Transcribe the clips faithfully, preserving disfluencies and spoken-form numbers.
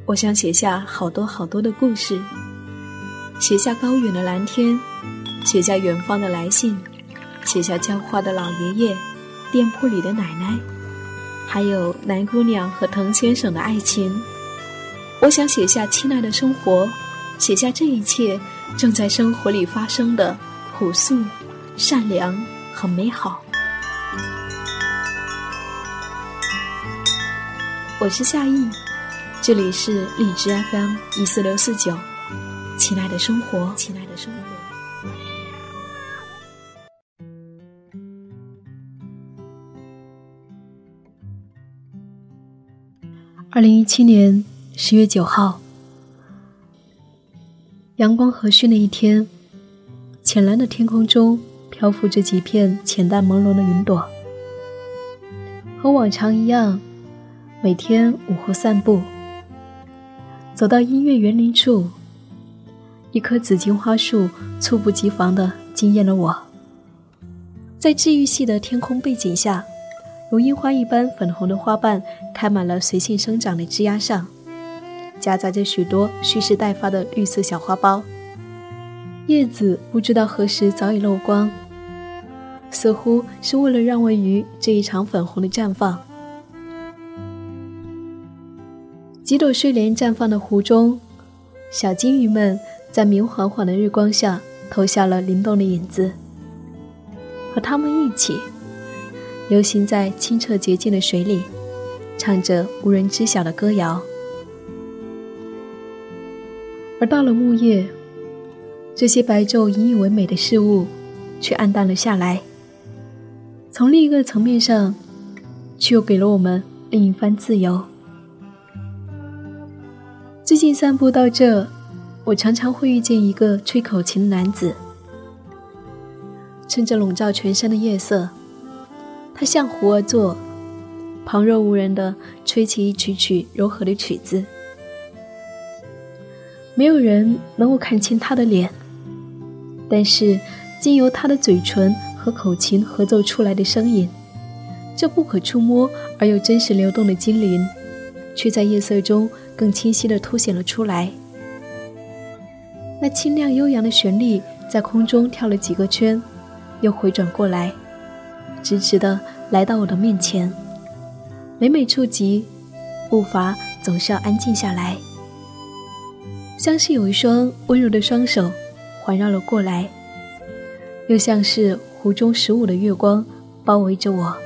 我想写下好多好多的故事，写下高远的蓝天，写下远方的来信，写下浇花的老爷爷，店铺里的奶奶，还有南姑娘和滕先生的爱情。我想写下亲爱的生活，写下这一切正在生活里发生的朴素、善良和美好。我是夏意，这里是荔枝 F M 一四六四九，亲爱的生活，亲爱的生活。二零一七年十月九号，阳光和煦的一天，浅蓝的天空中漂浮着几片浅淡朦胧的云朵。和往常一样，每天午后散步，走到音乐园林处，一棵紫荆花树猝不及防地惊艳了我。在治愈系的天空背景下，如樱花一般粉红的花瓣开满了随性生长的枝桠上，夹杂着许多蓄势待发的绿色小花苞。叶子不知道何时早已漏光，似乎是为了让位于这一场粉红的绽放。几朵睡莲绽放的湖中，小金鱼们在明晃晃的日光下投下了灵动的影子，和它们一起游行在清澈洁净的水里，唱着无人知晓的歌谣。而到了暮夜，这些白昼引以为美的事物却暗淡了下来，从另一个层面上却又给了我们另一番自由。最近散步到这，我常常会遇见一个吹口琴的男子，趁着笼罩全身的夜色，他向湖而坐，旁若无人地吹起一曲曲柔和的曲子。没有人能够看清他的脸，但是经由他的嘴唇和口琴合奏出来的声音，这不可触摸而又真实流动的精灵，却在夜色中更清晰地凸显了出来。那清亮悠扬的旋律在空中跳了几个圈，又回转过来，直直地来到我的面前。每每触及，步伐总是要安静下来，像是有一双温柔的双手环绕了过来，又像是湖中十五的月光包围着我。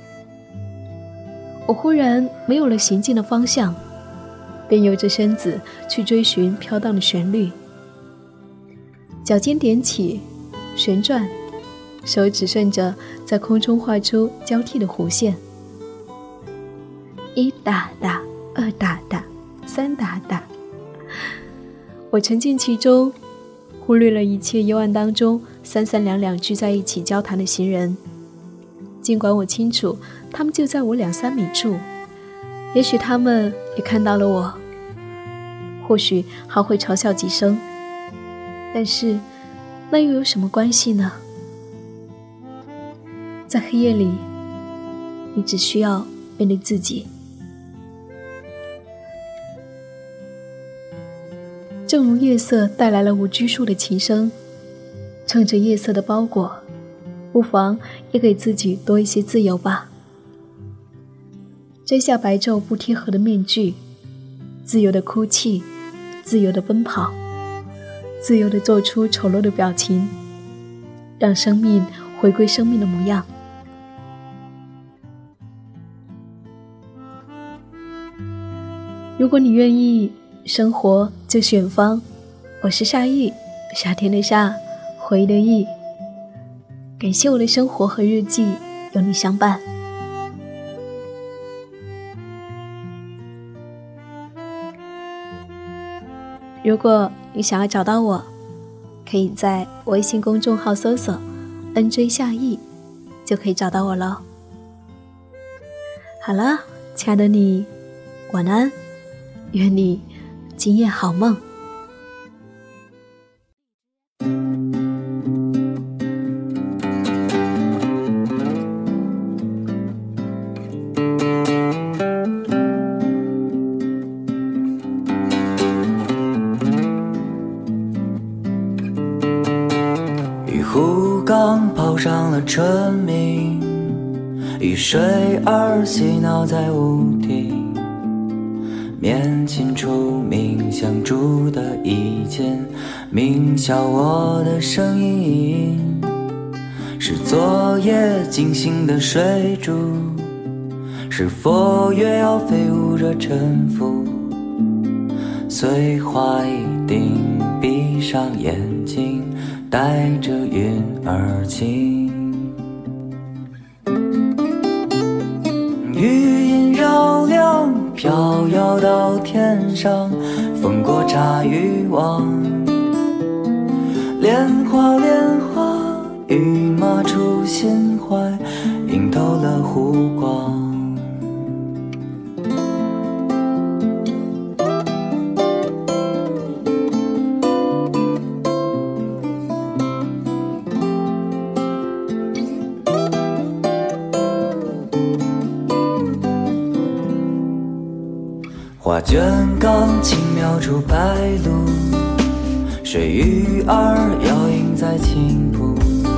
我忽然没有了行进的方向，便由着身子去追寻飘荡的旋律，脚尖点起旋转，手指顺着在空中画出交替的弧线，一打打，二打打，三打打。我沉浸其中，忽略了一切幽暗当中三三两两聚在一起交谈的行人。尽管我清楚他们就在我两三米处，也许他们也看到了我，或许还会嘲笑几声，但是那又有什么关系呢？在黑夜里，你只需要面对自己。正如夜色带来了无拘束的琴声，趁着夜色的包裹，不妨也给自己多一些自由吧。摘下白昼不贴合的面具，自由的哭泣，自由的奔跑，自由地做出丑陋的表情，让生命回归生命的模样。如果你愿意，生活就是远方。我是夏意，夏天的夏，回忆的忆。感谢我的生活和日记有你相伴。如果你想要找到我，可以在微信公众号搜索 N J 夏意，就可以找到我了。好了，亲爱的你，晚安，愿你今夜好梦。 了春明，雨水儿嬉闹在屋顶，面前出冥想住的一间，鸣笑我的声音，是昨夜惊醒的水珠，是佛乐要飞舞着沉浮，碎花一定闭上眼睛，带着云儿轻。余音绕梁飘摇到天上，风过茶渔网，莲花莲花，玉马出心怀，映透了湖光。画卷钢轻描出白鹭，水鱼儿摇影在青浦，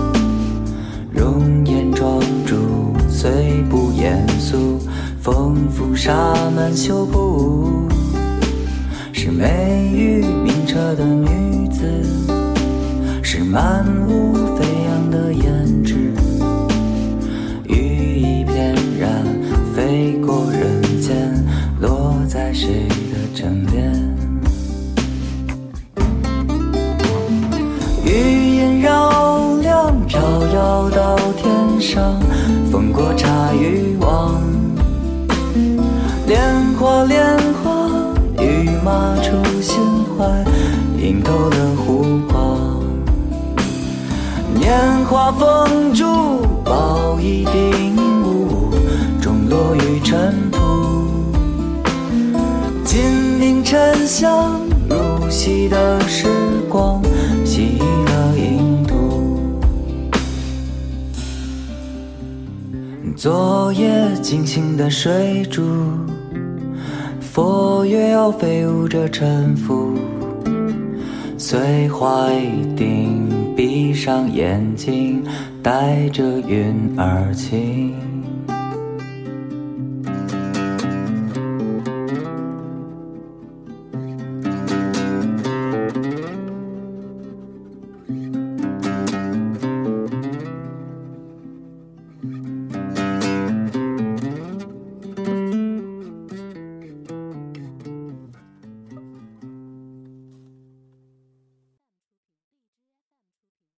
容颜庄主虽不严肃，丰富洒满袖布，是美玉名车的女子，是满屋飞扬的胭脂，羽翼翩然飞过人间，落在谁的枕边。余音绕梁飘摇到天上，风过茶渔网，莲花莲花，玉马出心怀，映透了湖光。年华风烛抱一顶雾，终落于尘土，金陵沉香如洗的时光，洗了印度。昨夜惊醒的水珠，佛乐要飞舞着沉浮，碎花一定闭上眼睛，带着云儿轻。